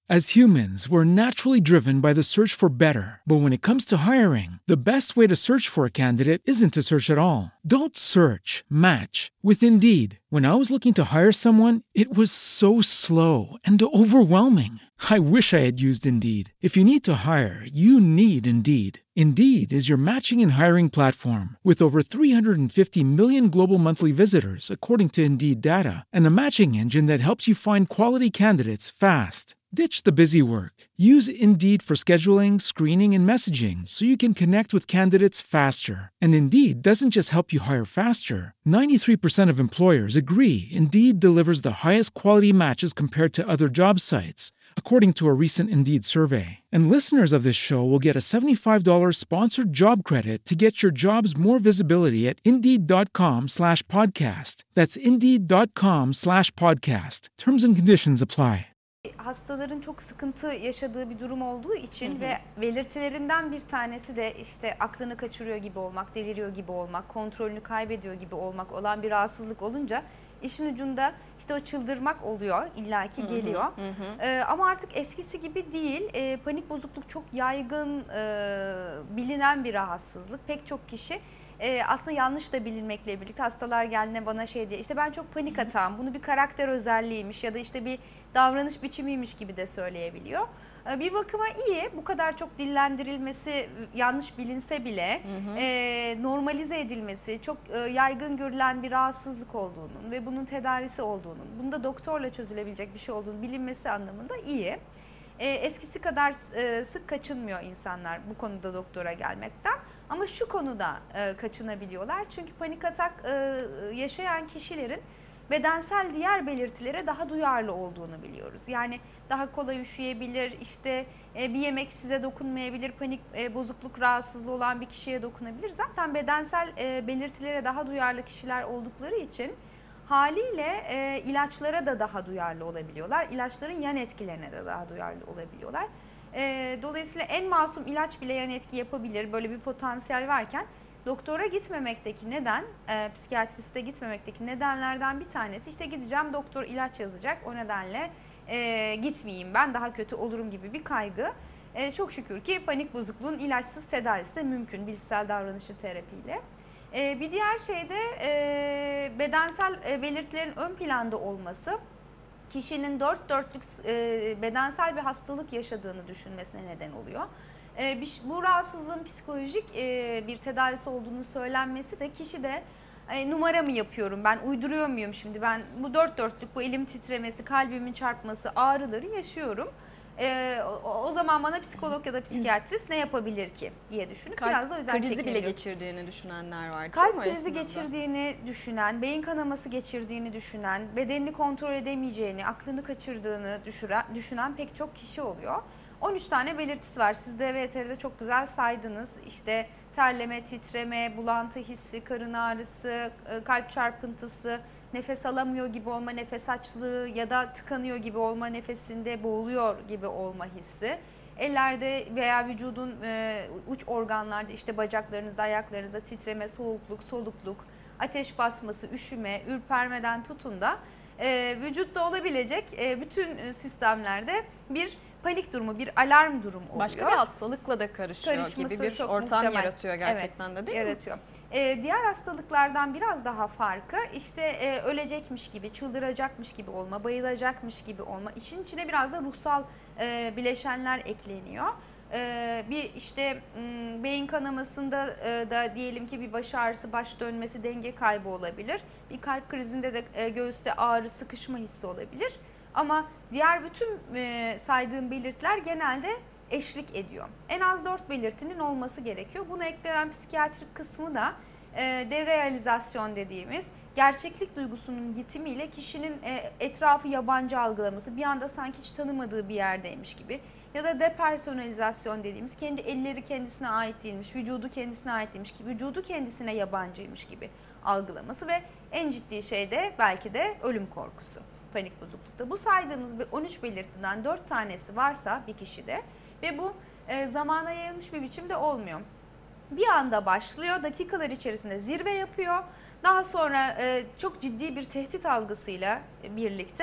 As humans, we're naturally driven by the search for better. But when it comes to hiring, the best way to search for a candidate isn't to search at all. Don't search, match with Indeed. When I was looking to hire someone, it was so slow and overwhelming. I wish I had used Indeed. If you need to hire, you need Indeed. Indeed is your matching and hiring platform with over 350 million global monthly visitors, according to Indeed data, and a matching engine that helps you find quality candidates fast. Ditch the busy work. Use Indeed for scheduling, screening, and messaging so you can connect with candidates faster. And Indeed doesn't just help you hire faster. 93% of employers agree Indeed delivers the highest quality matches compared to other job sites, according to a recent Indeed survey. And listeners of this show will get a $75 sponsored job credit to get your jobs more visibility at Indeed.com/podcast. That's Indeed.com/podcast. Terms and conditions apply. Hastaların çok sıkıntı yaşadığı bir durum olduğu için ve belirtilerinden bir tanesi de işte aklını kaçırıyor gibi olmak, deliriyor gibi olmak, kontrolünü kaybediyor gibi olmak olan bir rahatsızlık olunca işin ucunda işte o çıldırmak oluyor, illaki geliyor. Ama artık eskisi gibi değil. Panik bozukluk çok yaygın, bilinen bir rahatsızlık. Pek çok kişi aslında yanlış da bilinmekle birlikte hastalar geldiğinde bana şey diye işte ben çok panik atağım, bunu bir karakter özelliğiymiş ya da işte bir davranış biçimiymiş gibi de söyleyebiliyor. Bir bakıma iyi, bu kadar çok dillendirilmesi, yanlış bilinse bile normalize edilmesi, çok yaygın görülen bir rahatsızlık olduğunun ve bunun tedavisi olduğunun, bunda doktorla çözülebilecek bir şey olduğunu bilinmesi anlamında iyi. Eskisi kadar sık kaçınmıyor insanlar bu konuda doktora gelmekten. Ama şu konuda kaçınabiliyorlar. Çünkü panik atak yaşayan kişilerin bedensel diğer belirtilere daha duyarlı olduğunu biliyoruz. Yani daha kolay üşüyebilir, işte bir yemek size dokunmayabilir, panik bozukluk rahatsızlığı olan bir kişiye dokunabilir. Zaten bedensel belirtilere daha duyarlı kişiler oldukları için haliyle ilaçlara da daha duyarlı olabiliyorlar. İlaçların yan etkilerine de daha duyarlı olabiliyorlar. Dolayısıyla en masum ilaç bile yan etki yapabilir. Böyle bir potansiyel varken doktora gitmemekteki neden, psikiyatriste gitmemekteki nedenlerden bir tanesi işte gideceğim doktor ilaç yazacak, o nedenle gitmeyeyim ben daha kötü olurum gibi bir kaygı. Çok şükür ki panik bozukluğun ilaçsız tedavisi de mümkün bilişsel davranışçı terapiyle. Bir diğer şey de bedensel belirtilerin ön planda olması. Kişinin dört dörtlük bedensel bir hastalık yaşadığını düşünmesine neden oluyor. Bu rahatsızlığın psikolojik bir tedavisi olduğunu söylenmesi de kişi de numara mı yapıyorum, ben uyduruyor muyum şimdi, ben bu dört dörtlük, bu elim titremesi, kalbimin çarpması, ağrıları yaşıyorum. O zaman bana psikolog ya da psikiyatrist ne yapabilir ki diye düşünüp biraz da o yüzden krizi bile geçirdiğini düşünenler var. Kalp krizi geçirdiğini düşünen, beyin kanaması geçirdiğini düşünen, bedenini kontrol edemeyeceğini, aklını kaçırdığını düşünen pek çok kişi oluyor. 13 tane belirtisi var. Siz de VTR'de çok güzel saydınız. İşte terleme, titreme, bulantı hissi, karın ağrısı, kalp çarpıntısı, nefes alamıyor gibi olma, nefes açlığı ya da tıkanıyor gibi olma, nefesinde boğuluyor gibi olma hissi. Ellerde veya vücudun uç organlarda işte bacaklarınızda, ayaklarınızda titreme, soğukluk, solukluk, ateş basması, üşüme, ürpermeden tutun da vücutta olabilecek bütün sistemlerde bir panik durumu, bir alarm durumu oluyor. Başka bir hastalıkla da karışıyor gibi bir ortam yaratıyor gerçekten, evet, de değil yaratıyor. Diğer hastalıklardan biraz daha farkı işte ölecekmiş gibi, çıldıracakmış gibi olma, bayılacakmış gibi olma. İşin içine biraz da ruhsal bileşenler ekleniyor. Bir işte beyin kanamasında da diyelim ki bir baş ağrısı, baş dönmesi, denge kaybı olabilir. Bir kalp krizinde de göğüste ağrı, sıkışma hissi olabilir. Ama diğer bütün saydığım belirtiler genelde eşlik ediyor. En az 4 belirtinin olması gerekiyor. Bunu ekleyen psikiyatrik kısmı da derealizasyon dediğimiz gerçeklik duygusunun yitimiyle kişinin etrafı yabancı algılaması, bir anda sanki hiç tanımadığı bir yerdeymiş gibi ya da depersonalizasyon dediğimiz kendi elleri kendisine ait değilmiş, vücudu kendisine ait değilmiş gibi, vücudu kendisine yabancıymış gibi algılaması ve en ciddi şey de belki de ölüm korkusu. Panik bozuklukta. Bu saydığımız 13 belirtiden 4 tanesi varsa bir kişide ve bu zamana yayılmış bir biçimde olmuyor. Bir anda başlıyor, dakikalar içerisinde zirve yapıyor. Daha sonra çok ciddi bir tehdit algısıyla birlikte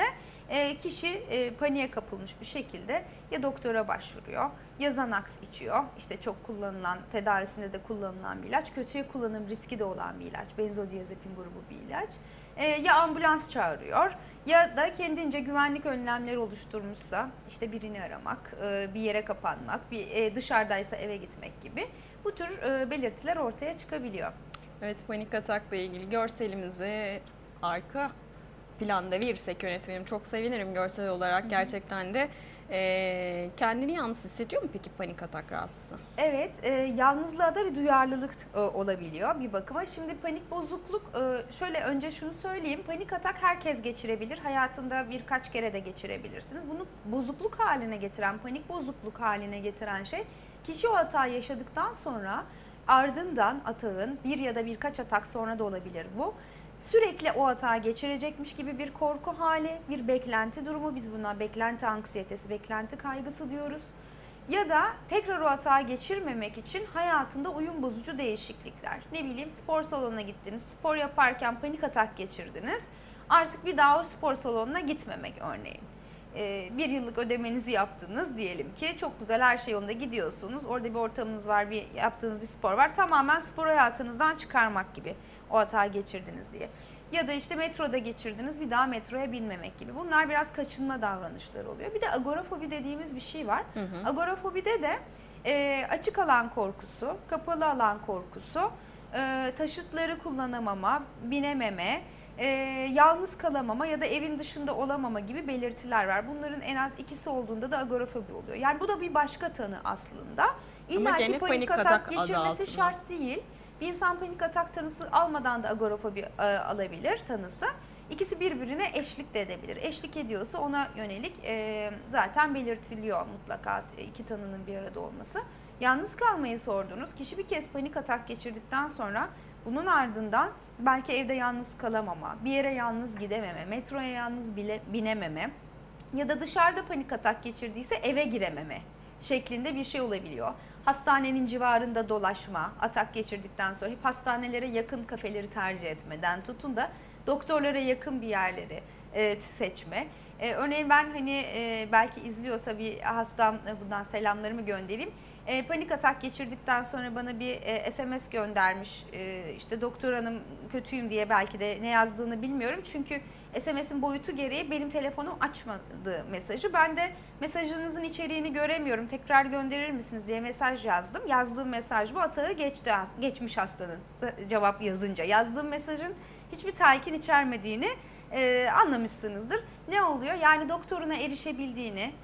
Kişi paniğe kapılmış bir şekilde ya doktora başvuruyor ya Xanax içiyor. İşte çok kullanılan, tedavisinde de kullanılan bir ilaç. Kötüye kullanım riski de olan bir ilaç. Benzodiazepin grubu bir ilaç. Ya ambulans çağırıyor ya da kendince güvenlik önlemleri oluşturmuşsa işte birini aramak, bir yere kapanmak, dışarıdaysa eve gitmek gibi bu tür belirtiler ortaya çıkabiliyor. Evet, panik atakla ilgili görselimizi arka planda verirsek yönetmenim çok sevinirim görsel olarak. Gerçekten de kendini yalnız hissediyor mu peki panik atak rahatsızı? Evet, yalnızlığa da bir duyarlılık olabiliyor bir bakıma. Şimdi panik bozukluk, şöyle önce şunu söyleyeyim, panik atak herkes geçirebilir, hayatında birkaç kere de geçirebilirsiniz. Bunu bozukluk haline getiren, panik bozukluk haline getiren şey, kişi o hatayı yaşadıktan sonra ardından atağın bir ya da birkaç atak sonra da olabilir bu. Sürekli o hata geçirecekmiş gibi bir korku hali, bir beklenti durumu, biz buna beklenti anksiyetesi, beklenti kaygısı diyoruz. Ya da tekrar o hata geçirmemek için hayatında uyum bozucu değişiklikler. Ne bileyim, spor salonuna gittiniz, spor yaparken panik atak geçirdiniz. Artık bir daha o spor salonuna gitmemek örneğin. Bir yıllık ödemenizi yaptınız diyelim ki, çok güzel, her şey yolunda, gidiyorsunuz. Orada bir ortamınız var, yaptığınız bir spor var. Tamamen spor hayatınızdan çıkarmak gibi, o hatayı geçirdiniz diye. Ya da işte metroda geçirdiniz, bir daha metroya binmemek gibi. Bunlar biraz kaçınma davranışları oluyor. Bir de agorafobi dediğimiz bir şey var. Agorafobide de açık alan korkusu, kapalı alan korkusu, taşıtları kullanamama, binememe, yalnız kalamama ya da evin dışında olamama gibi belirtiler var. Bunların en az ikisi olduğunda da agorafobi oluyor. Yani bu da bir başka tanı aslında. İlla ki panik atak geçirmesi şart değil. Bir insan panik atak tanısı almadan da agorafobi alabilir tanısı. İkisi birbirine eşlik de edebilir. Eşlik ediyorsa ona yönelik zaten belirtiliyor mutlaka iki tanının bir arada olması. Yalnız kalmayı sordunuz. Kişi bir kez panik atak geçirdikten sonra bunun ardından belki evde yalnız kalamama, bir yere yalnız gidememe, metroya yalnız binememe ya da dışarıda panik atak geçirdiyse eve girememe şeklinde bir şey olabiliyor. Hastanenin civarında dolaşma, atak geçirdikten sonra hep hastanelere yakın kafeleri tercih etmeden tutun da doktorlara yakın bir yerleri seçme. Örneğin ben belki izliyorsa bir hastam, buradan selamlarımı göndereyim. Panik atak geçirdikten sonra bana bir SMS göndermiş. İşte doktor hanım kötüyüm diye, belki de ne yazdığını bilmiyorum. Çünkü SMS'in boyutu gereği benim telefonum açmadı mesajı. Ben de mesajınızın içeriğini göremiyorum, tekrar gönderir misiniz diye mesaj yazdım. Yazdığım mesaj bu, atağı geçmiş hastanın cevap yazınca. Yazdığım mesajın hiçbir telkin içermediğini anlamışsınızdır. Ne oluyor? Yani doktoruna erişebildiğini,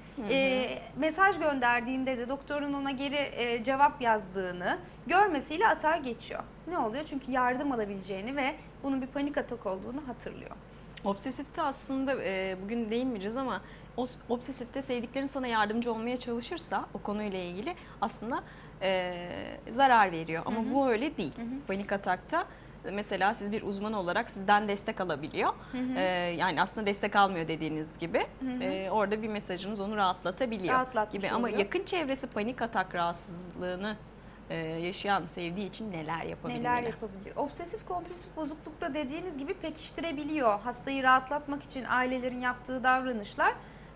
mesaj gönderdiğinde de doktorun ona geri cevap yazdığını görmesiyle atağa geçiyor. Ne oluyor? Çünkü yardım alabileceğini ve bunun bir panik atak olduğunu hatırlıyor. Obsesifte aslında bugün değinmeyeceğiz ama obsesifte sevdiklerin sana yardımcı olmaya çalışırsa o konuyla ilgili aslında zarar veriyor. Ama bu öyle değil. Panik atakta mesela siz bir uzman olarak sizden destek alabiliyor. Yani aslında destek almıyor dediğiniz gibi. Orada bir mesajınız onu rahatlatabiliyor gibi. Ama yakın çevresi panik atak rahatsızlığını yaşayan, sevdiği için neler yapabilir? Neler yapabilir? Obsesif kompulsif bozuklukta dediğiniz gibi pekiştirebiliyor. Hastayı rahatlatmak için ailelerin yaptığı davranışlar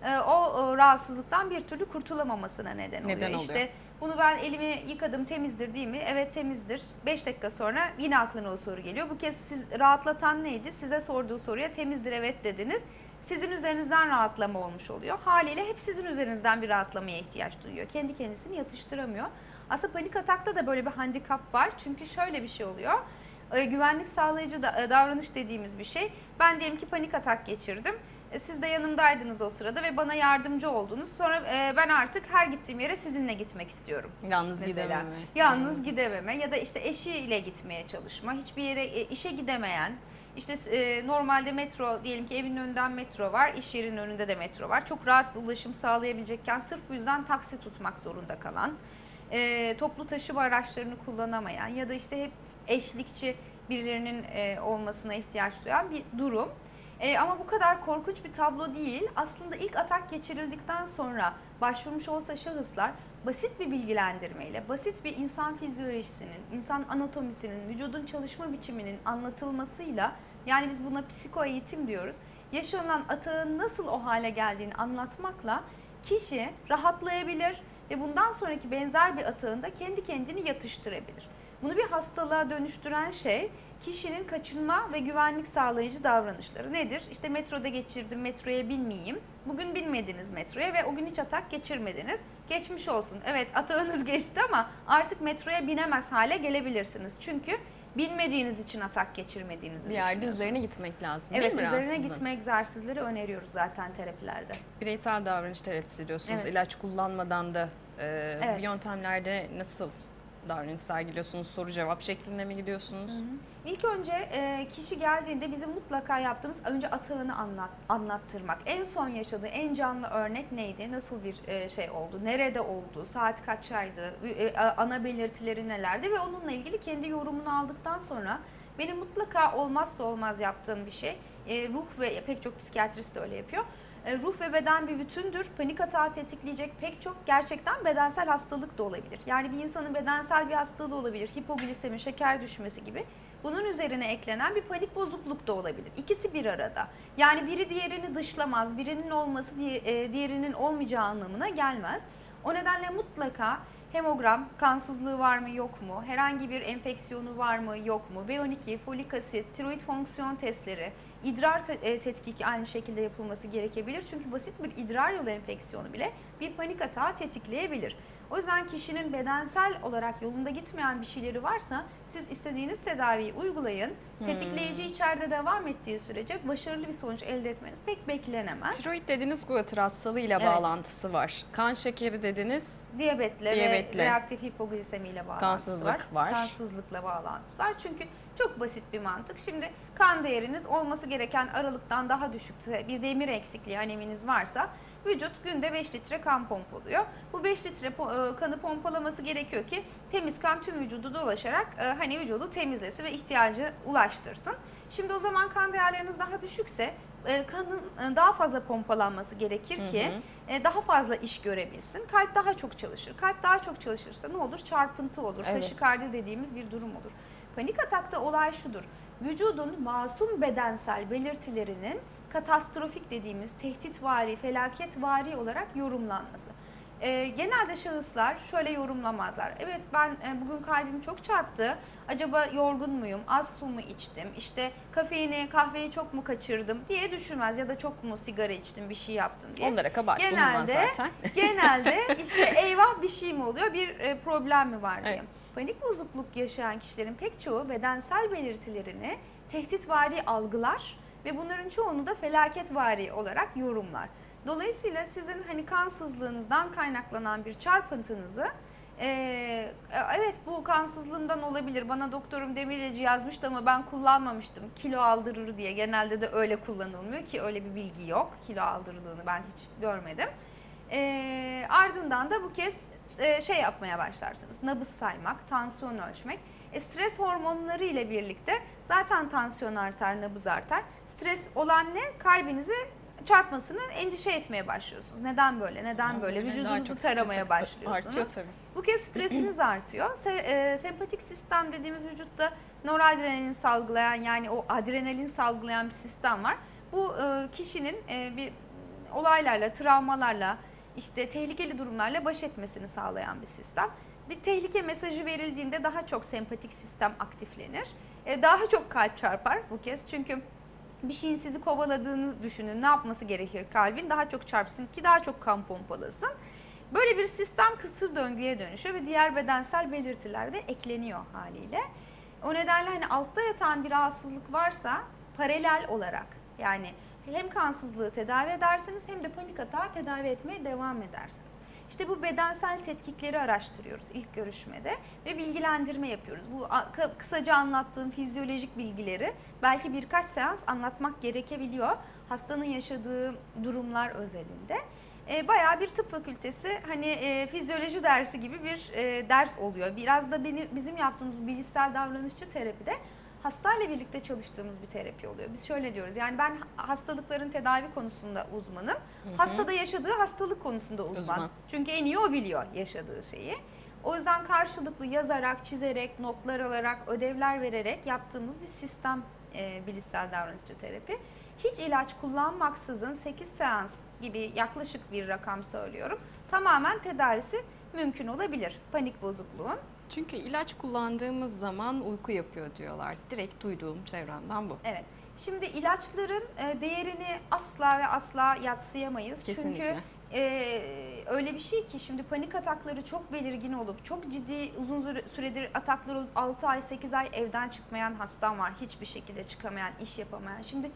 o rahatsızlıktan bir türlü kurtulamamasına neden oluyor. İşte bunu ben elimi yıkadım, temizdir değil mi? Evet, temizdir. 5 dakika sonra yine aklına o soru geliyor. Bu kez siz rahatlatan neydi? Size sorduğu soruya temizdir evet dediniz. Sizin üzerinizden rahatlama olmuş oluyor. Haliyle hep sizin üzerinizden bir rahatlamaya ihtiyaç duyuyor. Kendi kendisini yatıştıramıyor. Aslında panik atakta da böyle bir handikap var. Çünkü şöyle bir şey oluyor. Güvenlik sağlayıcı davranış dediğimiz bir şey. Ben diyelim ki panik atak geçirdim. Siz de yanımdaydınız o sırada ve bana yardımcı oldunuz. Sonra ben artık her gittiğim yere sizinle gitmek istiyorum. Yalnız gidememe. Yalnız gidememe ya da işte eşiyle gitmeye çalışma. Hiçbir yere işe gidemeyen, işte normalde metro, diyelim ki evin önünden metro var, iş yerinin önünde de metro var. Çok rahat bir ulaşım sağlayabilecekken sırf bu yüzden taksi tutmak zorunda kalan, toplu taşıma araçlarını kullanamayan ya da işte hep eşlikçi birilerinin olmasına ihtiyaç duyan bir durum. Ama bu kadar korkunç bir tablo değil. Aslında ilk atak geçirildikten sonra başvurmuş olsa şahıslar basit bir bilgilendirmeyle, basit bir insan fizyolojisinin, insan anatomisinin, vücudun çalışma biçiminin anlatılmasıyla, yani biz buna psiko eğitim diyoruz. yaşanan atağın nasıl o hale geldiğini anlatmakla kişi rahatlayabilir ve bundan sonraki benzer bir atağında kendi kendini yatıştırabilir. Bunu bir hastalığa dönüştüren şey kişinin kaçınma ve güvenlik sağlayıcı davranışları. Nedir? İşte metroda geçirdim, metroya binmeyeyim. Bugün binmediniz metroya ve o gün hiç atak geçirmediniz. Geçmiş olsun. Evet, atağınız geçti ama artık metroya binemez hale gelebilirsiniz. Çünkü bilmediğiniz için atak geçirmediğinizi Bir yerde düşünüyorsunuz. üzerine gitmek lazım Evet, değil mi üzerine rahatsızlığın? gitme egzersizleri öneriyoruz zaten terapilerde. Bireysel davranış terapisi diyorsunuz. Evet. İlaç kullanmadan da Evet. bu yöntemlerde nasıl davranış sergiliyorsunuz? Soru cevap şeklinde mi gidiyorsunuz? İlk önce kişi geldiğinde bizim mutlaka yaptığımız önce atağını anlattırmak. En son yaşadığı en canlı örnek neydi? Nasıl bir şey oldu? Nerede oldu? Saat kaçaydı? Ana belirtileri nelerdi? Ve onunla ilgili kendi yorumunu aldıktan sonra benim mutlaka olmazsa olmaz yaptığım bir şey, ruh ve pek çok psikiyatrist de öyle yapıyor. Ruh ve beden bir bütündür. Panik atağı tetikleyecek pek çok gerçekten bedensel hastalık da olabilir. Yani bir insanın bedensel bir hastalığı da olabilir. Hipoglisemi, şeker düşmesi gibi. Bunun üzerine eklenen bir panik bozukluk da olabilir. İkisi bir arada. Yani biri diğerini dışlamaz. Birinin olması diğerinin olmayacağı anlamına gelmez. O nedenle mutlaka hemogram, kansızlığı var mı yok mu, herhangi bir enfeksiyonu var mı yok mu, B12, folik asit, tiroid fonksiyon testleri, idrar tetkiki aynı şekilde yapılması gerekebilir. Çünkü basit bir idrar yolu enfeksiyonu bile bir panik atağı tetikleyebilir. O yüzden kişinin bedensel olarak yolunda gitmeyen bir şeyleri varsa siz istediğiniz tedaviyi uygulayın. Tetikleyici içeride devam ettiği sürece başarılı bir sonuç elde etmeniz pek beklenemez. Tiroid dediniz guatr hastalığıyla Evet. bağlantısı var. Kan şekeri dediniz. Diyabetle ve reaktif hipoglisemiyle bağlantısı Kansızlık var. Kansızlıkla bağlantısı var. Çünkü çok basit bir mantık. Şimdi kan değeriniz olması gereken aralıktan daha düşükse, bir demir eksikliği, aneminiz varsa vücut günde 5 litre kan pompalıyor. Bu 5 litre kanı pompalaması gerekiyor ki temiz kan tüm vücudu dolaşarak hani vücudu temizlesin ve ihtiyacı ulaştırsın. Şimdi o zaman kan değerleriniz daha düşükse kanın daha fazla pompalanması gerekir ki daha fazla iş görebilsin. Kalp daha çok çalışır. Kalp daha çok çalışırsa ne olur? Çarpıntı olur. Evet. Taşikardi dediğimiz bir durum olur. Panik atakta olay şudur. Vücudun masum bedensel belirtilerinin katastrofik dediğimiz tehditvari, felaketvari olarak yorumlanması. Genelde şahıslar şöyle yorumlamazlar. Evet, ben bugün kalbim çok çarptı. Acaba yorgun muyum? Az su mu içtim? İşte kafeini, kahveyi çok mu kaçırdım diye düşünmez. Ya da çok mu sigara içtim, bir şey yaptım diye. Onlara kabahat bulunmaz zaten. Genelde işte eyvah bir şey mi oluyor? Bir problem mi var diye. Evet. Panik bozukluk yaşayan kişilerin pek çoğu bedensel belirtilerini tehditvari algılar ve bunların çoğunu da felaketvari olarak yorumlar. Dolayısıyla sizin hani kansızlığınızdan kaynaklanan bir çarpıntınızı evet bu kansızlığımdan olabilir, bana doktorum demir ilacı yazmıştı ama ben kullanmamıştım, kilo aldırır diye. Genelde de öyle kullanılmıyor ki öyle bir bilgi yok, kilo aldırdığını ben hiç görmedim. Ardından da bu kez şey yapmaya başlarsınız, nabız saymak, tansiyon ölçmek. Stres hormonları ile birlikte zaten tansiyon artar, nabız artar. Stres olan ne? Kalbinizi çarpmasını endişe etmeye başlıyorsunuz. Neden böyle? Neden böyle? Vücudunuzu taramaya başlıyorsunuz. Artıyor tabii. Bu kez stresiniz artıyor. Sempatik sistem dediğimiz vücutta noradrenalin salgılayan, yani o adrenalin salgılayan bir sistem var. Bu kişinin bir olaylarla, travmalarla, işte tehlikeli durumlarla baş etmesini sağlayan bir sistem. Bir tehlike mesajı verildiğinde daha çok sempatik sistem aktiflenir. Daha çok kalp çarpar bu kez. Çünkü bir şeyin sizi kovaladığını düşünün. Ne yapması gerekir kalbin? Daha çok çarpsın ki daha çok kan pompalasın. Böyle bir sistem kısır döngüye dönüşüyor ve diğer bedensel belirtiler de ekleniyor haliyle. O nedenle hani altta yatan bir rahatsızlık varsa paralel olarak, yani hem kansızlığı tedavi edersiniz hem de panik atağı tedavi etmeye devam edersiniz. İşte bu bedensel tetkikleri araştırıyoruz ilk görüşmede ve bilgilendirme yapıyoruz. Bu kısaca anlattığım fizyolojik bilgileri belki birkaç seans anlatmak gerekebiliyor hastanın yaşadığı durumlar özelinde. Bayağı bir tıp fakültesi hani fizyoloji dersi gibi bir ders oluyor. Biraz da bizim yaptığımız bilişsel davranışçı terapide hastayla birlikte çalıştığımız bir terapi oluyor. Biz şöyle diyoruz, yani ben hastalıkların tedavi konusunda uzmanım. Hasta da yaşadığı hastalık konusunda uzman. Çünkü en iyi o biliyor yaşadığı şeyi. O yüzden karşılıklı yazarak, çizerek, notlar alarak, ödevler vererek yaptığımız bir sistem bilişsel davranışçı terapi. hiç ilaç kullanmaksızın 8 seans gibi yaklaşık bir rakam söylüyorum. Tamamen tedavisi mümkün olabilir panik bozukluğun. Çünkü ilaç kullandığımız zaman uyku yapıyor diyorlar. Direkt duyduğum çevremden bu. Evet. Şimdi ilaçların değerini asla ve asla yadsıyamayız. Kesinlikle. Çünkü öyle bir şey ki şimdi panik atakları çok belirgin olup çok ciddi uzun süredir ataklar olup 6 ay 8 ay evden çıkmayan hastam var. Hiçbir şekilde çıkamayan, iş yapamayan. Şimdi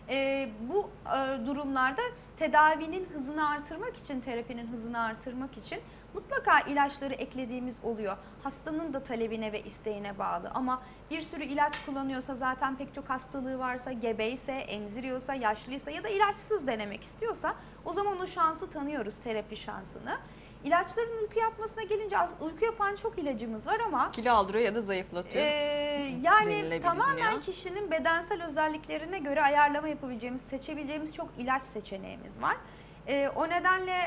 bu durumlarda tedavinin hızını artırmak için, terapinin hızını artırmak için mutlaka ilaçları eklediğimiz oluyor. Hastanın da talebine ve isteğine bağlı. Ama bir sürü ilaç kullanıyorsa, zaten pek çok hastalığı varsa, gebeyse, emziriyorsa, yaşlıysa ya da ilaçsız denemek istiyorsa o zaman o şansı tanıyoruz, terapi şansını. İlaçların uyku yapmasına gelince uyku yapan çok ilacımız var ama Kilo aldırıyor ya da zayıflatıyor. Yani tamamen kişinin bedensel özelliklerine göre ayarlama yapabileceğimiz, seçebileceğimiz çok ilaç seçeneğimiz var. O nedenle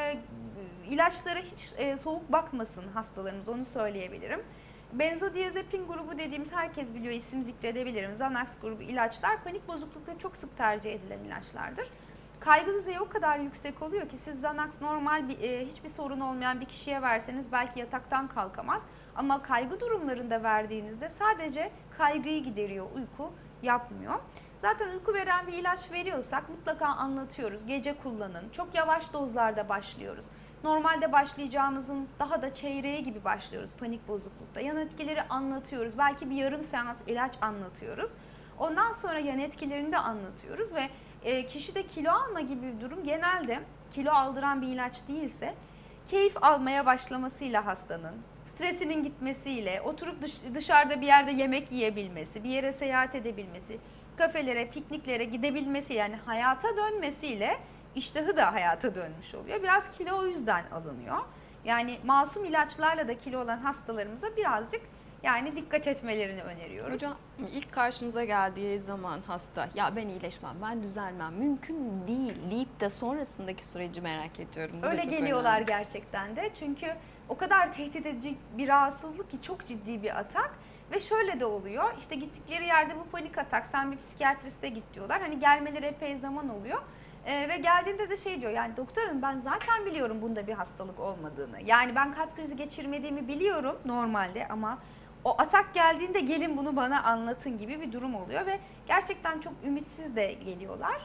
ilaçlara hiç soğuk bakmasın hastalarımız, onu söyleyebilirim. Benzodiazepin grubu dediğimiz, herkes biliyor, isim zikredebilirim. Xanax grubu ilaçlar panik bozuklukta çok sık tercih edilen ilaçlardır. Kaygı düzeyi o kadar yüksek oluyor ki siz Xanax normal hiçbir sorun olmayan bir kişiye verseniz belki yataktan kalkamaz. Ama kaygı durumlarında verdiğinizde sadece kaygıyı gideriyor, uyku yapmıyor. Zaten uyku veren bir ilaç veriyorsak mutlaka anlatıyoruz. Gece kullanın. Çok yavaş dozlarda başlıyoruz. Normalde başlayacağımızın daha da çeyreği gibi başlıyoruz panik bozuklukta. Yan etkileri anlatıyoruz. Belki bir yarım seans ilaç anlatıyoruz. Ondan sonra yan etkilerini de anlatıyoruz ve kişide kilo alma gibi bir durum genelde kilo aldıran bir ilaç değilse keyif almaya başlamasıyla hastanın, stresinin gitmesiyle, oturup dışarıda bir yerde yemek yiyebilmesi, bir yere seyahat edebilmesi, kafelere, pikniklere gidebilmesi, yani hayata dönmesiyle iştahı da hayata dönmüş oluyor. Biraz kilo o yüzden alınıyor. Yani masum ilaçlarla da kilo olan hastalarımıza birazcık yani dikkat etmelerini öneriyoruz. Hocam ilk karşınıza geldiği zaman hasta, ya ben iyileşmem, ben düzelmem, mümkün değil deyip de sonrasındaki süreci merak ediyorum. Bu öyle çok geliyorlar önemli. gerçekten de. Çünkü o kadar tehdit edici bir rahatsızlık ki, çok ciddi bir atak. Ve şöyle de oluyor, işte gittikleri yerde bu panik atak, sen bir psikiyatriste git diyorlar. Hani gelmeleri epey zaman oluyor. Ve geldiğinde de şey diyor, yani doktorum ben zaten biliyorum bunda bir hastalık olmadığını. Yani ben kalp krizi geçirmediğimi biliyorum normalde ama o atak geldiğinde gelin bunu bana anlatın gibi bir durum oluyor. Ve gerçekten çok ümitsiz de geliyorlar.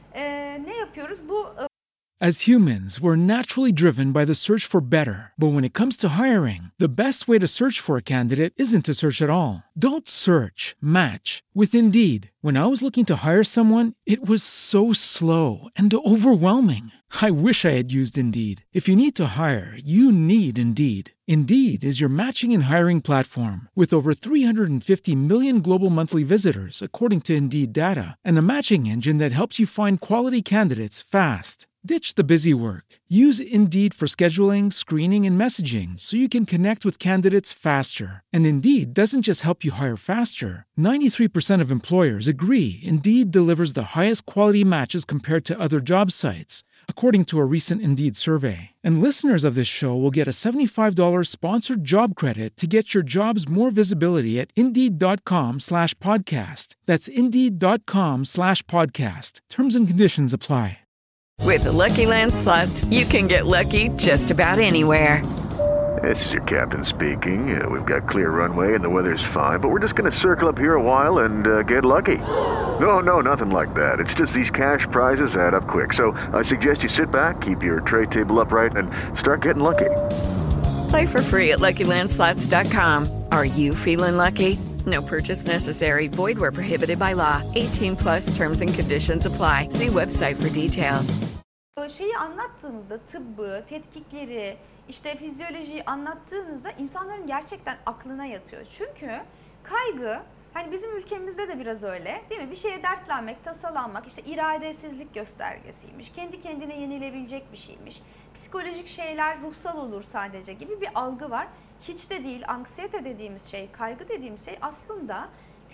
Ne yapıyoruz? As humans, we're naturally driven by the search for better. But when it comes to hiring, the best way to search for a candidate isn't to search at all. Don't search, match with Indeed. When I was looking to hire someone, it was so slow and overwhelming. I wish I had used Indeed. If you need to hire, you need Indeed. Indeed is your matching and hiring platform with over 350 million global monthly visitors, according to Indeed data, and a matching engine that helps you find quality candidates fast. Ditch the busy work. Use Indeed for scheduling, screening, and messaging so you can connect with candidates faster. And Indeed doesn't just help you hire faster. 93% of employers agree Indeed delivers the highest quality matches compared to other job sites, according to a recent Indeed survey. And listeners of this show will get a $75 sponsored job credit to get your jobs more visibility at Indeed.com/podcast. That's Indeed.com/podcast. Terms and conditions apply. With the Lucky Land Slots, you can get lucky just about anywhere. This is your captain speaking. We've got clear runway and the weather's fine, but we're just going to circle up here a while and get lucky. No, nothing like that. It's just these cash prizes add up quick. So I suggest you sit back, keep your tray table upright, and start getting lucky. Play for free at LuckyLandSlots.com. Are you feeling lucky? No purchase necessary. Void where prohibited by law. 18+ terms and conditions apply. See website for details. Şeyi anlattığınızda, tıbbı, tetkikleri, işte fizyolojiyi anlattığınızda insanların gerçekten aklına yatıyor. Çünkü kaygı, hani bizim ülkemizde de biraz öyle, değil mi? Bir şeye dertlenmek, tasalanmak, işte iradesizlik göstergesiymiş, kendi kendine yenilebilecek bir şeymiş. Psikolojik şeyler ruhsal olur sadece gibi bir algı var. Hiç de değil. Anksiyete dediğimiz şey, kaygı dediğimiz şey aslında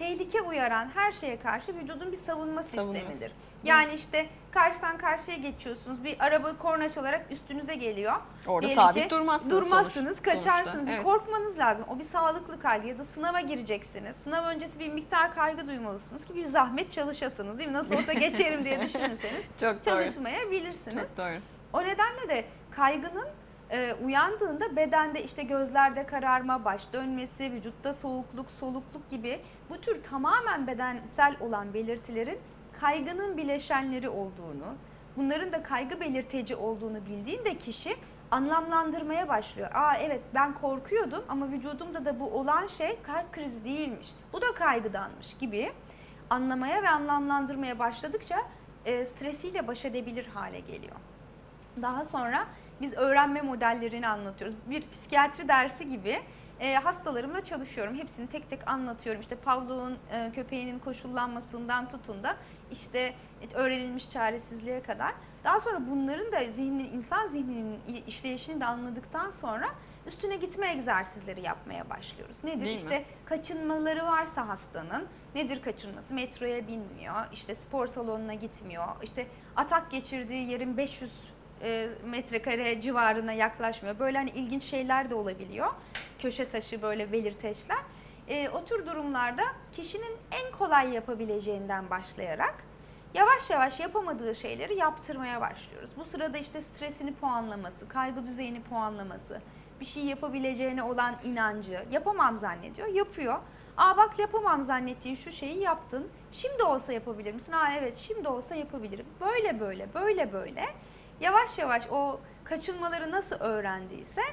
tehlike uyaran her şeye karşı vücudun bir savunma Savunması. sistemidir. Yani işte karşıdan karşıya geçiyorsunuz, bir araba korna çalarak üstünüze geliyor. Orada Diyelim sabit ki durmazsınız kaçarsınız. sonuçta. Evet. Korkmanız lazım. O bir sağlıklı kaygı ya da sınava gireceksiniz. Sınav öncesi bir miktar kaygı duymalısınız ki bir zahmet çalışasınız, değil mi? Nasıl olsa geçerim diye düşünürseniz Çok doğru. çalışmayabilirsiniz. Çok doğru. O nedenle de kaygının uyandığında bedende işte gözlerde kararma, baş dönmesi, vücutta soğukluk, solukluk gibi bu tür tamamen bedensel olan belirtilerin kaygının bileşenleri olduğunu, bunların da kaygı belirteci olduğunu bildiğinde kişi anlamlandırmaya başlıyor. Aa evet, ben korkuyordum ama vücudumda da bu olan şey kalp krizi değilmiş. Bu da kaygıdanmış gibi anlamaya ve anlamlandırmaya başladıkça stresiyle baş edebilir hale geliyor. Daha sonra biz öğrenme modellerini anlatıyoruz. Bir psikiyatri dersi gibi hastalarımla çalışıyorum. Hepsini tek tek anlatıyorum. İşte Pavlov'un köpeğinin koşullanmasından tutun da işte öğrenilmiş çaresizliğe kadar. Daha sonra bunların da insan zihninin işleyişini de anladıktan sonra üstüne gitme egzersizleri yapmaya başlıyoruz. Nedir? Değil işte mi? kaçınmaları varsa hastanın, nedir kaçınması? Metroya binmiyor, işte spor salonuna gitmiyor, işte atak geçirdiği yerin 500 metrekare civarına yaklaşmıyor. Böyle hani ilginç şeyler de olabiliyor. Köşe taşı, böyle belirteçler. O tür durumlarda kişinin en kolay yapabileceğinden başlayarak yavaş yavaş yapamadığı şeyleri yaptırmaya başlıyoruz. Bu sırada işte stresini puanlaması, kaygı düzeyini puanlaması, bir şey yapabileceğine olan inancı, yapamam zannediyor, yapıyor. Aa bak, yapamam zannettiğin şu şeyi yaptın, şimdi olsa yapabilir misin? Aa evet, şimdi olsa yapabilirim. Böyle böyle yavaş yavaş o kaçınmaları nasıl öğrendiyse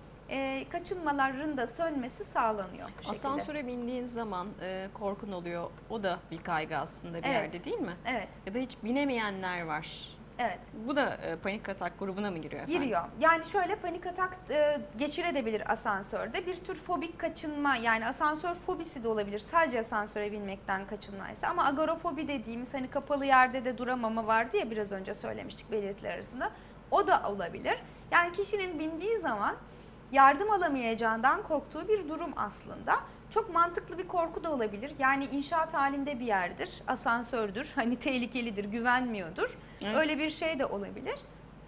kaçınmaların da sönmesi sağlanıyor bu şekilde. Asansöre bindiğin zaman korkun oluyor. O da bir kaygı aslında bir Evet. yerde, değil mi? Evet. Ya da hiç binemeyenler var. Evet. Bu da panik atak grubuna mı giriyor efendim? Giriyor. Yani şöyle, panik atak geçirebilir asansörde. Bir tür fobik kaçınma, yani asansör fobisi de olabilir. Sadece asansöre binmekten kaçınmaysa. Ama agorafobi dediğimiz, hani kapalı yerde de duramama vardı ya, biraz önce söylemiştik belirtiler arasında. O da olabilir. Yani kişinin bindiği zaman yardım alamayacağından korktuğu bir durum aslında. Çok mantıklı bir korku da olabilir. Yani inşaat halinde bir yerdir, asansördür, hani tehlikelidir, güvenmiyordur. Evet. Öyle bir şey de olabilir.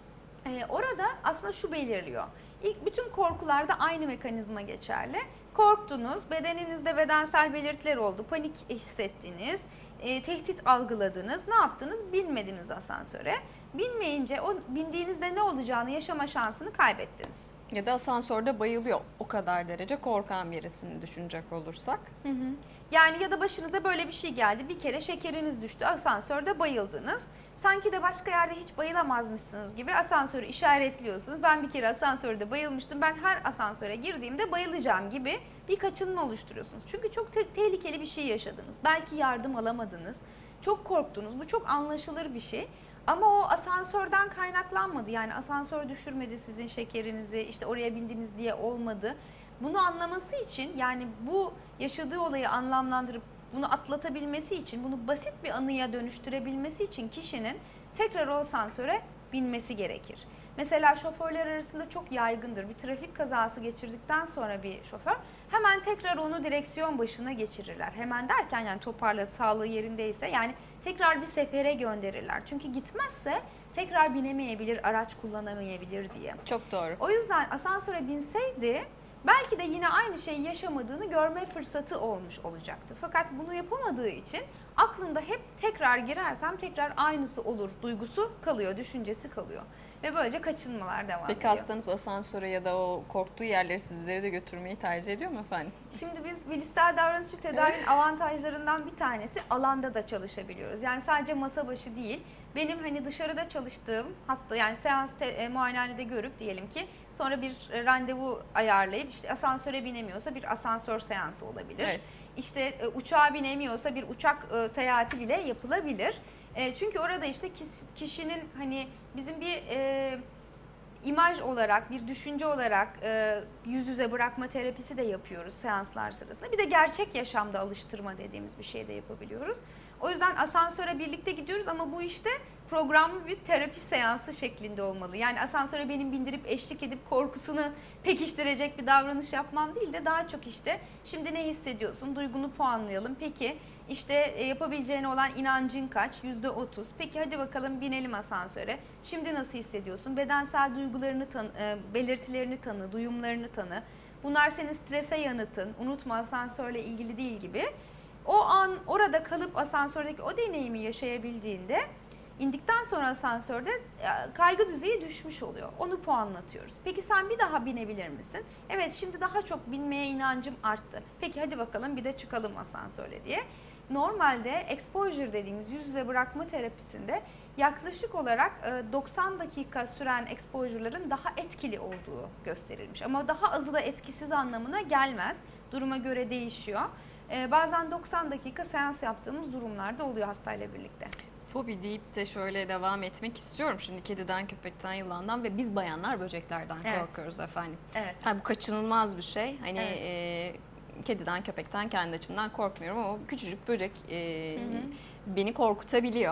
Orada aslında şu belirliyor. İlk bütün korkularda aynı mekanizma geçerli. Korktunuz, bedeninizde bedensel belirtiler oldu, panik hissettiniz, tehdit algıladınız, ne yaptınız? Binmediniz asansöre. Binmeyince o bindiğinizde ne olacağını yaşama şansını kaybettiniz. Ya da asansörde bayılıyor. O kadar derece korkan birisini düşünecek olursak. Hı hı. Yani ya da başınıza böyle bir şey geldi, bir kere şekeriniz düştü, asansörde bayıldınız. Sanki de başka yerde hiç bayılamazmışsınız gibi asansörü işaretliyorsunuz. Ben bir kere asansörde bayılmıştım, ben her asansöre girdiğimde bayılacağım gibi bir kaçınma oluşturuyorsunuz. Çünkü çok tehlikeli bir şey yaşadınız. Belki yardım alamadınız, çok korktunuz. Bu çok anlaşılır bir şey. Ama o asansörden kaynaklanmadı. Yani asansör düşürmedi sizin şekerinizi, işte oraya bindiniz diye olmadı. Bunu anlaması için, yani bu yaşadığı olayı anlamlandırıp bunu atlatabilmesi için, bunu basit bir anıya dönüştürebilmesi için kişinin tekrar o asansöre binmesi gerekir. Mesela şoförler arasında çok yaygındır. Bir trafik kazası geçirdikten sonra bir şoför hemen tekrar onu direksiyon başına geçirirler. Hemen derken yani toparladı, sağlığı yerindeyse, yani tekrar bir sefere gönderirler. Çünkü gitmezse tekrar binemeyebilir, araç kullanamayabilir diye. Çok doğru. O yüzden asansöre binseydi belki de yine aynı şeyi yaşamadığını görme fırsatı olmuş olacaktı. Fakat bunu yapamadığı için aklında hep tekrar girersem tekrar aynısı olur duygusu kalıyor, düşüncesi kalıyor. Ve böylece kaçınmalar devam Peki ediyor. hastanız asansöre ya da o korktuğu yerleri sizlere de götürmeyi tercih ediyor mu efendim? Şimdi biz bilişsel davranışçı tedavinin avantajlarından bir tanesi, alanda da çalışabiliyoruz. Yani sadece masa başı değil. Benim hani dışarıda çalıştığım hasta, yani seans muayenehanede görüp diyelim ki sonra bir randevu ayarlayıp işte asansöre binemiyorsa bir asansör seansı olabilir. Evet. İşte uçağa binemiyorsa bir uçak seyahati bile yapılabilir. Çünkü orada işte kişinin hani bizim bir imaj olarak, bir düşünce olarak yüz yüze bırakma terapisi de yapıyoruz seanslar sırasında. Bir de gerçek yaşamda alıştırma dediğimiz bir şey de yapabiliyoruz. O yüzden asansöre birlikte gidiyoruz ama bu işte programlı bir terapi seansı şeklinde olmalı. Yani asansöre benim bindirip eşlik edip korkusunu pekiştirecek bir davranış yapmam değil de daha çok işte şimdi ne hissediyorsun, duygunu puanlayalım. Peki işte yapabileceğine olan inancın kaç? %30. Peki hadi bakalım binelim asansöre. Şimdi nasıl hissediyorsun? Bedensel duygularını tanı, belirtilerini tanı, duyumlarını tanı. Bunlar senin strese yanıtın. Unutma asansörle ilgili değil gibi. O an orada kalıp asansördeki o deneyimi yaşayabildiğinde indikten sonra asansörde kaygı düzeyi düşmüş oluyor. Onu puanlatıyoruz. Peki sen bir daha binebilir misin? Evet, şimdi daha çok binmeye inancım arttı. Peki hadi bakalım bir de çıkalım asansöre diye. Normalde exposure dediğimiz yüz yüze bırakma terapisinde yaklaşık olarak 90 dakika süren exposure'ların daha etkili olduğu gösterilmiş. Ama daha azı da etkisiz anlamına gelmez. Duruma göre değişiyor. Bazen 90 dakika seans yaptığımız durumlarda oluyor hastayla birlikte. Fobi deyip de şöyle devam etmek istiyorum. Şimdi kediden, köpekten, yılandan ve biz bayanlar böceklerden korkuyoruz efendim. Evet. Bu kaçınılmaz bir şey. Hani kediden, köpekten kendi açımdan korkmuyorum ama küçücük böcek beni korkutabiliyor.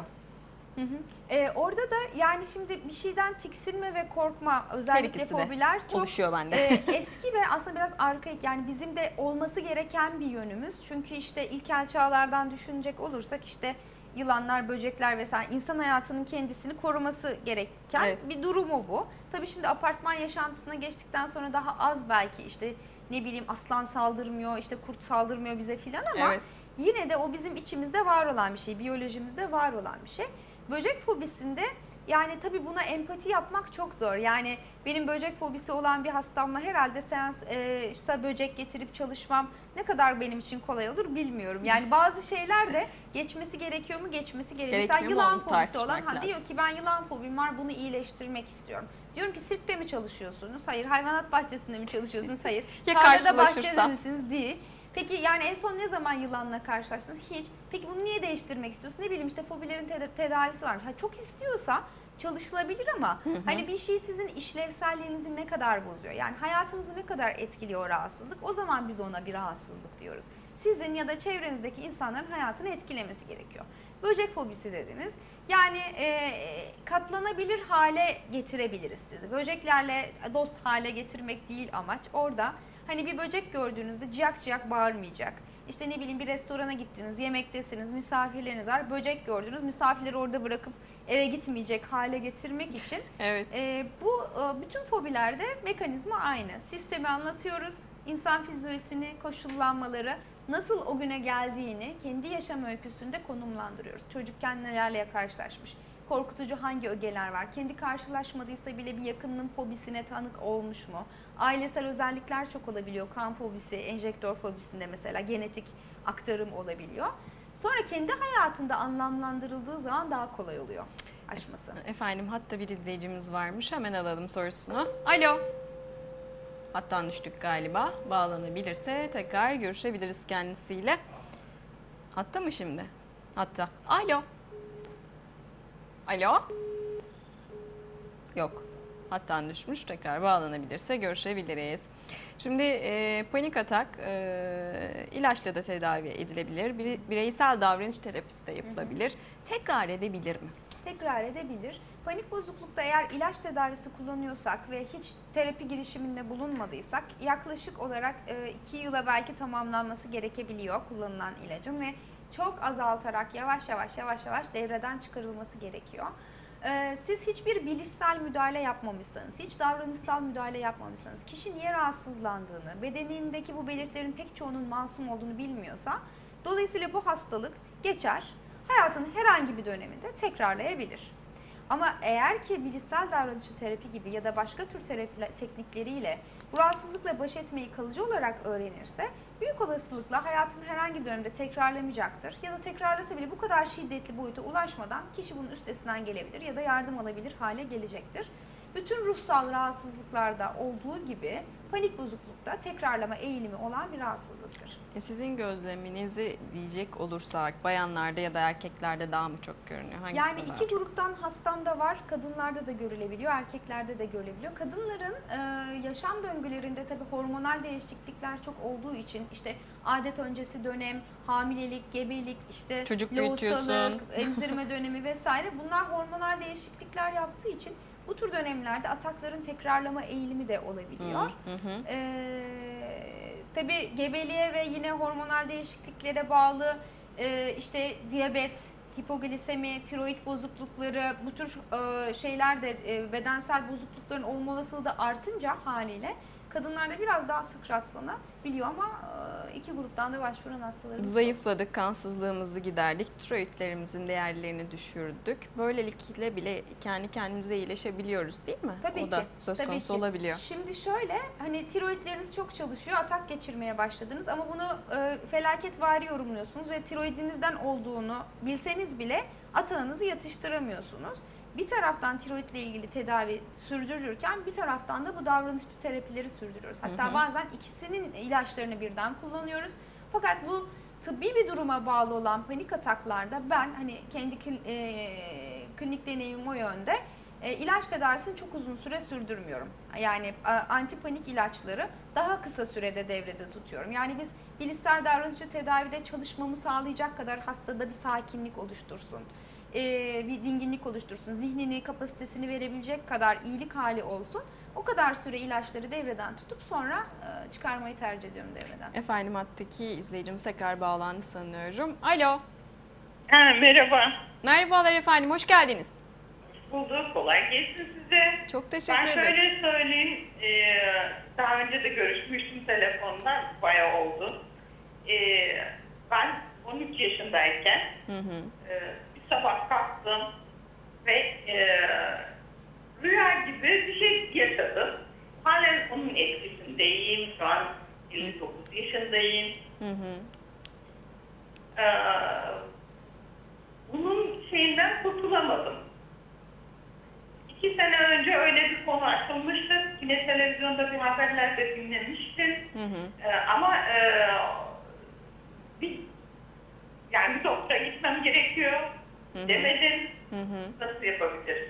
Orada da yani şimdi bir şeyden tiksinme ve korkma, özellikle fobiler çok oluşuyor bende. Eski ve aslında biraz arkaik, yani bizim de olması gereken bir yönümüz. Çünkü işte ilkel çağlardan düşünecek olursak işte yılanlar, böcekler vesaire insan hayatının kendisini koruması gereken bir durumu bu. Tabii şimdi apartman yaşantısına geçtikten sonra daha az belki işte ne bileyim aslan saldırmıyor, işte kurt saldırmıyor bize filan ama yine de o bizim içimizde var olan bir şey, biyolojimizde var olan bir şey. Böcek fobisinde yani tabii buna empati yapmak çok zor. Yani benim böcek fobisi olan bir hastamla herhalde seansta böcek getirip çalışmam ne kadar benim için kolay olur bilmiyorum. Yani bazı şeyler de geçmesi gerekiyor mu, geçmesi gerekiyor. Mesela yılan fobisi olan diyor ki ben yılan fobim var, bunu iyileştirmek istiyorum. Diyorum ki sirkte mi çalışıyorsunuz? Hayır. Hayvanat bahçesinde mi çalışıyorsunuz? Hayır. Tarlada, bahçede misiniz? Değil. Peki yani en son ne zaman yılanla karşılaştınız? Hiç. Peki bunu niye değiştirmek istiyorsun? Ne bileyim işte fobilerin tedavisi varmış. Çok istiyorsa çalışılabilir ama hani bir şey sizin işlevselliğinizi ne kadar bozuyor? Yani hayatınızı ne kadar etkiliyor o rahatsızlık? O zaman biz ona bir rahatsızlık diyoruz. Sizin ya da çevrenizdeki insanların hayatını etkilemesi gerekiyor. Böcek fobisi dediniz. Yani katlanabilir hale getirebiliriz sizi. Böceklerle dost hale getirmek değil amaç. Orada hani bir böcek gördüğünüzde ciyak ciyak bağırmayacak. İşte ne bileyim bir restorana gittiniz, yemektesiniz, misafirleriniz var, böcek gördünüz, misafirleri orada bırakıp eve gitmeyecek hale getirmek için. Bu bütün fobilerde mekanizma aynı. Sistemi anlatıyoruz, insan fizyolojisini, koşullanmaları, nasıl o güne geldiğini kendi yaşam öyküsünde konumlandırıyoruz. Çocukken nelerle karşılaşmış, korkutucu hangi ögeler var, kendi karşılaşmadıysa bile bir yakınının fobisine tanık olmuş mu? Ailesel özellikler çok olabiliyor. Kan fobisi, enjektör fobisinde mesela genetik aktarım olabiliyor. Sonra kendi hayatında anlamlandırıldığı zaman daha kolay oluyor aşması. Efendim hatta bir izleyicimiz varmış. Hemen alalım sorusunu. Alo. Hattan düştük galiba. Bağlanabilirse tekrar görüşebiliriz kendisiyle. Hatta mı şimdi? Hatta. Alo. Alo. Yok. Hattan düşmüş. Tekrar bağlanabilirse görüşebiliriz. Şimdi panik atak ilaçla da tedavi edilebilir. Bireysel davranış terapisi de yapılabilir. Tekrar edebilir mi? Tekrar edebilir. Panik bozuklukta eğer ilaç tedavisi kullanıyorsak ve hiç terapi girişiminde bulunmadıysak yaklaşık olarak 2 yıla belki tamamlanması gerekebiliyor kullanılan ilacın ve çok azaltarak yavaş yavaş devreden çıkarılması gerekiyor. Siz hiçbir bilişsel müdahale yapmamışsanız, hiç davranışsal müdahale yapmamışsanız, kişi niye rahatsızlandığını, bedenindeki bu belirtilerin pek çoğunun masum olduğunu bilmiyorsa, dolayısıyla bu hastalık geçer, hayatının herhangi bir döneminde tekrarlayabilir. Ama eğer ki bilişsel davranışçı terapi gibi ya da başka tür terapi teknikleriyle bu rahatsızlıkla baş etmeyi kalıcı olarak öğrenirse büyük olasılıkla hayatın herhangi bir dönemde tekrarlamayacaktır. Ya da tekrarlasa bile bu kadar şiddetli boyuta ulaşmadan kişi bunun üstesinden gelebilir ya da yardım alabilir hale gelecektir. bütün ruhsal rahatsızlıklarda olduğu gibi panik bozuklukta tekrarlama eğilimi olan bir rahatsızlıktır. Sizin gözleminizi diyecek olursak bayanlarda ya da erkeklerde daha mı çok görünüyor? Hangisinde Yani daha iki çok? gruptan hastam da var. Kadınlarda da görülebiliyor, erkeklerde de görülebiliyor. Kadınların yaşam döngülerinde tabii hormonal değişiklikler çok olduğu için işte adet öncesi dönem, hamilelik, gebelik, işte Çocuk lohusalık, büyütüyorsun. emzirme dönemi vesaire bunlar hormonal değişiklikler yaptığı için bu tür dönemlerde atakların tekrarlama eğilimi de olabiliyor. Tabii gebeliğe ve yine hormonal değişikliklere bağlı işte diyabet, hipoglisemi, tiroid bozuklukları, bu tür şeyler de bedensel bozuklukların olma olasılığı da artınca haliyle kadınlarda biraz daha sık rastlanabiliyor ama iki gruptan da başvuran hastalarımız var. Zayıfladık, kansızlığımızı giderdik, tiroidlerimizin değerlerini düşürdük. Böylelikle bile kendi kendimize iyileşebiliyoruz değil mi? Tabii o da ki, söz tabii konusu ki. olabiliyor. Şimdi şöyle, hani tiroidleriniz çok çalışıyor, atak geçirmeye başladınız ama bunu felaketvari yorumluyorsunuz ve tiroidinizden olduğunu bilseniz bile atağınızı yatıştıramıyorsunuz. Bir taraftan tiroidle ilgili tedavi sürdürürken bir taraftan da bu davranışçı terapileri sürdürüyoruz. Hatta bazen ikisinin ilaçlarını birden kullanıyoruz. Fakat bu tıbbi bir duruma bağlı olan panik ataklarda ben hani kendi klinik deneyimim o yönde ilaç tedavisini çok uzun süre sürdürmüyorum. Yani antipanik ilaçları daha kısa sürede devrede tutuyorum. Yani biz bilişsel davranışçı tedavide çalışmamı sağlayacak kadar hastada bir sakinlik oluştursun, bir dinginlik oluştursun, zihnini, kapasitesini verebilecek kadar iyilik hali olsun. O kadar süre ilaçları devreden tutup sonra çıkarmayı tercih ediyorum devreden. Efendim hattaki izleyicimiz tekrar bağlandı sanıyorum. Alo. Merhaba. Merhabalar efendim, hoş geldiniz. Bulduk. Kolay gelsin size. Çok teşekkür Ben ederim. şöyle söyleyeyim. Daha önce de görüşmüştüm telefondan. Bayağı oldu. Ben 13 yaşındayken bir sabah kalktım ve rüya gibi bir şey yaşadım. Halen onun etkisindeyim. Şu an 59 yaşındayım. Bunun şeyinden kurtulamadım. 2 sene önce öyle bir konu açılmıştı. Yine televizyonda bir haberlerde dinlemiştim. Ama bir doktora gitmem gerekiyor demedim. Nasıl yapabiliriz?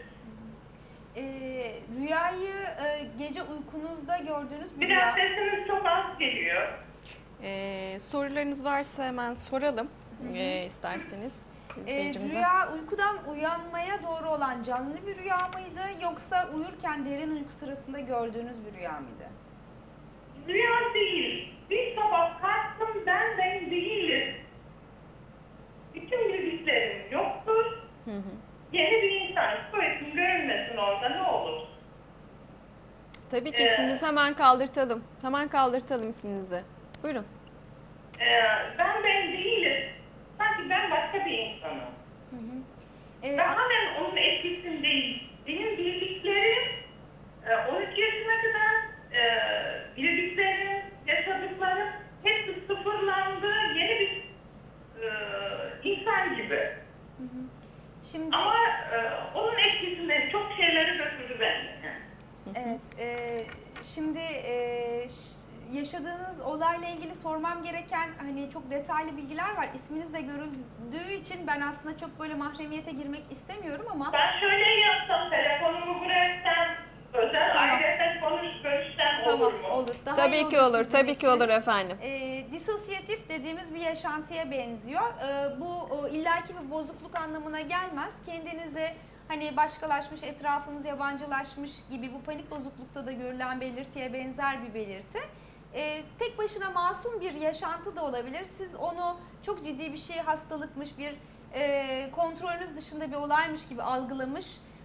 Rüyayı gece uykunuzda gördüğünüz bir Biraz rüya... sesiniz çok az geliyor. Sorularınız varsa hemen soralım isterseniz. Rüya uykudan uyanmaya doğru olan canlı bir rüya mıydı yoksa uyurken derin uyku sırasında gördüğünüz bir rüya mıydı? Rüya değil. Bir sabah kalktım ben değilim. Bütün bilgislerim yoktur. Yeni bir insan. Soyadım görünmesin orada ne olur. Tabii ki isminizi hemen kaldırtalım. Hemen kaldırtalım isminizi. Buyurun. Ben değilim. Sanki ben başka bir insanım. Ben halen onun etkisindeyim. Benim bildiklerim 13 yaşına kadar bildiklerim, yaşadıklarım hepsi sıfırlandı. Yeni bir insan gibi. Şimdi... Ama onun etkisinde çok şeyleri götürdü benden. Evet. Şimdi yaşadığınız olayla ilgili sormam gereken hani çok detaylı bilgiler var. İsminiz de görüldüğü için ben aslında çok böyle mahremiyete girmek istemiyorum ama... Ben şöyle yapsam, telefonumu bıraksam, özel aileden görüşsem olur mu? Olur. Daha Tabii ki olur, tabii ki olur efendim. Disosyatif dediğimiz bir yaşantıya benziyor. Bu illaki bir bozukluk anlamına gelmez. Kendinizi hani başkalaşmış, etrafınız yabancılaşmış gibi bu panik bozuklukta da görülen belirtiye benzer bir belirti. Tek başına masum bir yaşantı da olabilir. Siz onu çok ciddi bir şey, hastalıkmış, bir kontrolünüz dışında bir olaymış gibi algılamış,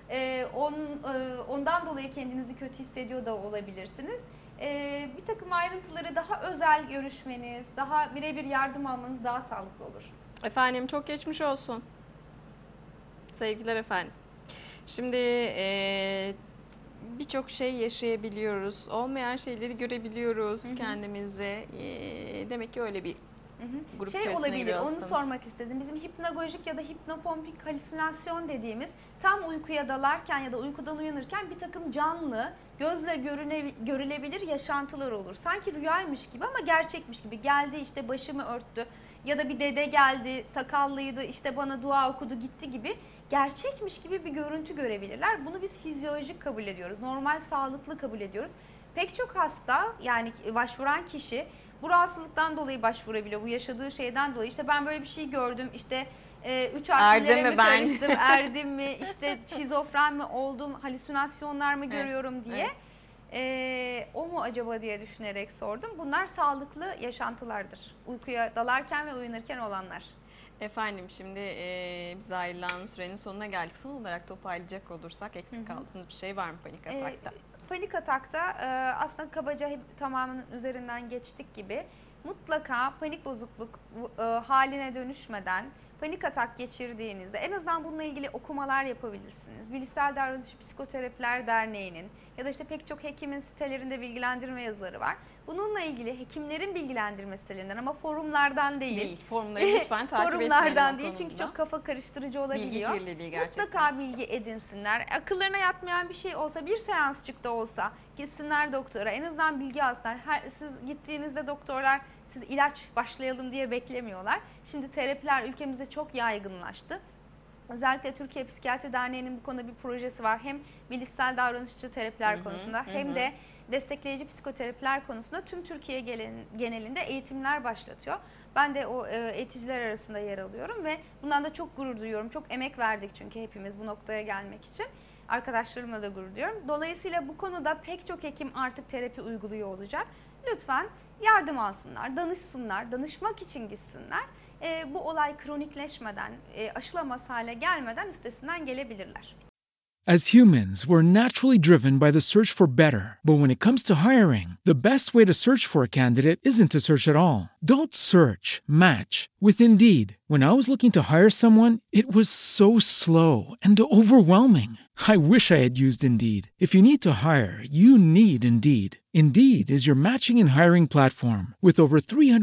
ondan dolayı kendinizi kötü hissediyor da olabilirsiniz. Bir takım ayrıntıları daha özel görüşmeniz, daha birebir yardım almanız daha sağlıklı olur. Efendim çok geçmiş olsun. Sevgiler efendim. Şimdi birçok şey yaşayabiliyoruz. Olmayan şeyleri görebiliyoruz kendimize. Demek ki öyle bir Grup Şey içerisine olabilir, onu giriyorsanız. sormak istedim. Bizim hipnagojik ya da hipnopompik halüsinasyon dediğimiz tam uykuya dalarken ya da uykudan uyanırken bir takım canlı, gözle görülebilir yaşantılar olur. Sanki rüyaymış gibi ama gerçekmiş gibi. Geldi işte başımı örttü ya da bir dede geldi, sakallıydı, işte bana dua okudu gitti gibi. Gerçekmiş gibi bir görüntü görebilirler. Bunu biz fizyolojik kabul ediyoruz. Normal, sağlıklı kabul ediyoruz. Pek çok hasta, yani başvuran kişi bu rahatsızlıktan dolayı başvurabiliyor. Bu yaşadığı şeyden dolayı. İşte ben böyle bir şey gördüm. İşte 3 harflere Erdim mi mi ben? karıştım, erdim mi, işte şizofren mi oldum, halüsinasyonlar mı görüyorum diye. O mu acaba diye düşünerek sordum. Bunlar sağlıklı yaşantılardır. Uykuya dalarken ve uyanırken olanlar. Efendim şimdi biz ayrılan sürenin sonuna geldik. Son olarak toparlayacak olursak eksik kaldığınız bir şey var mı panik atakta? Panik atakta aslında kabaca tamamının üzerinden geçtik gibi mutlaka panik bozukluk haline dönüşmeden panik atak geçirdiğinizde en azından bununla ilgili okumalar yapabilirsiniz. Bilişsel Davranış Psikoterapiler Derneği'nin ya da işte pek çok hekimin sitelerinde bilgilendirme yazıları var. Bununla ilgili hekimlerin bilgilendirme sitelerinden ama forumlardan değil. Forumları lütfen takip etmeyelim. Forumlardan değil çünkü çok kafa karıştırıcı olabiliyor. Bilgi kirliliği gerçekten. Mutlaka bilgi edinsinler. Akıllarına yatmayan bir şey olsa, bir seansçık da olsa gitsinler doktora. En azından bilgi alsınlar. Siz gittiğinizde doktorlar siz ilaç başlayalım diye beklemiyorlar. Şimdi terapiler ülkemizde çok yaygınlaştı. Özellikle Türkiye Psikiyatri Derneği'nin bu konuda bir projesi var. Hem bilişsel davranışçı terapiler konusunda hem de destekleyici psikoterapiler konusunda tüm Türkiye genelinde eğitimler başlatıyor. Ben de o eğiticiler arasında yer alıyorum ve bundan da çok gurur duyuyorum. Çok emek verdik çünkü hepimiz bu noktaya gelmek için. Arkadaşlarımla da gurur duyuyorum. Dolayısıyla bu konuda pek çok hekim artık terapi uyguluyor olacak. Lütfen yardım alsınlar, danışsınlar, danışmak için gitsinler. Bu olay kronikleşmeden, aşılamaz hale gelmeden üstesinden gelebilirler. As humans, we're naturally driven by the search for better. But when it comes to hiring, the best way to search for a candidate isn't to search at all. Don't search, match with Indeed. When I was looking to hire someone, it was so slow and overwhelming. I wish I had used Indeed. If you need to hire, you need Indeed. Indeed is your matching and hiring platform with over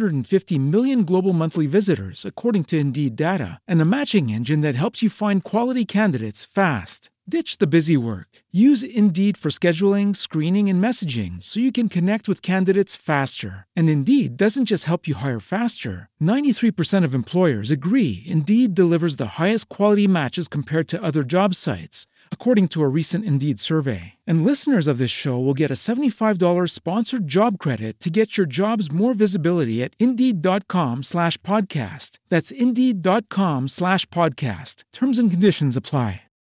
350 million global monthly visitors, according to Indeed data, and a matching engine that helps you find quality candidates fast. Ditch the busy work. Use Indeed for scheduling, screening, and messaging so you can connect with candidates faster. And Indeed doesn't just help you hire faster. 93% of employers agree Indeed delivers the highest quality matches compared to other job sites, according to a recent Indeed survey. And listeners of this show will get a $75 sponsored job credit to get your jobs more visibility at Indeed.com/podcast. That's Indeed.com/podcast. Terms and conditions apply.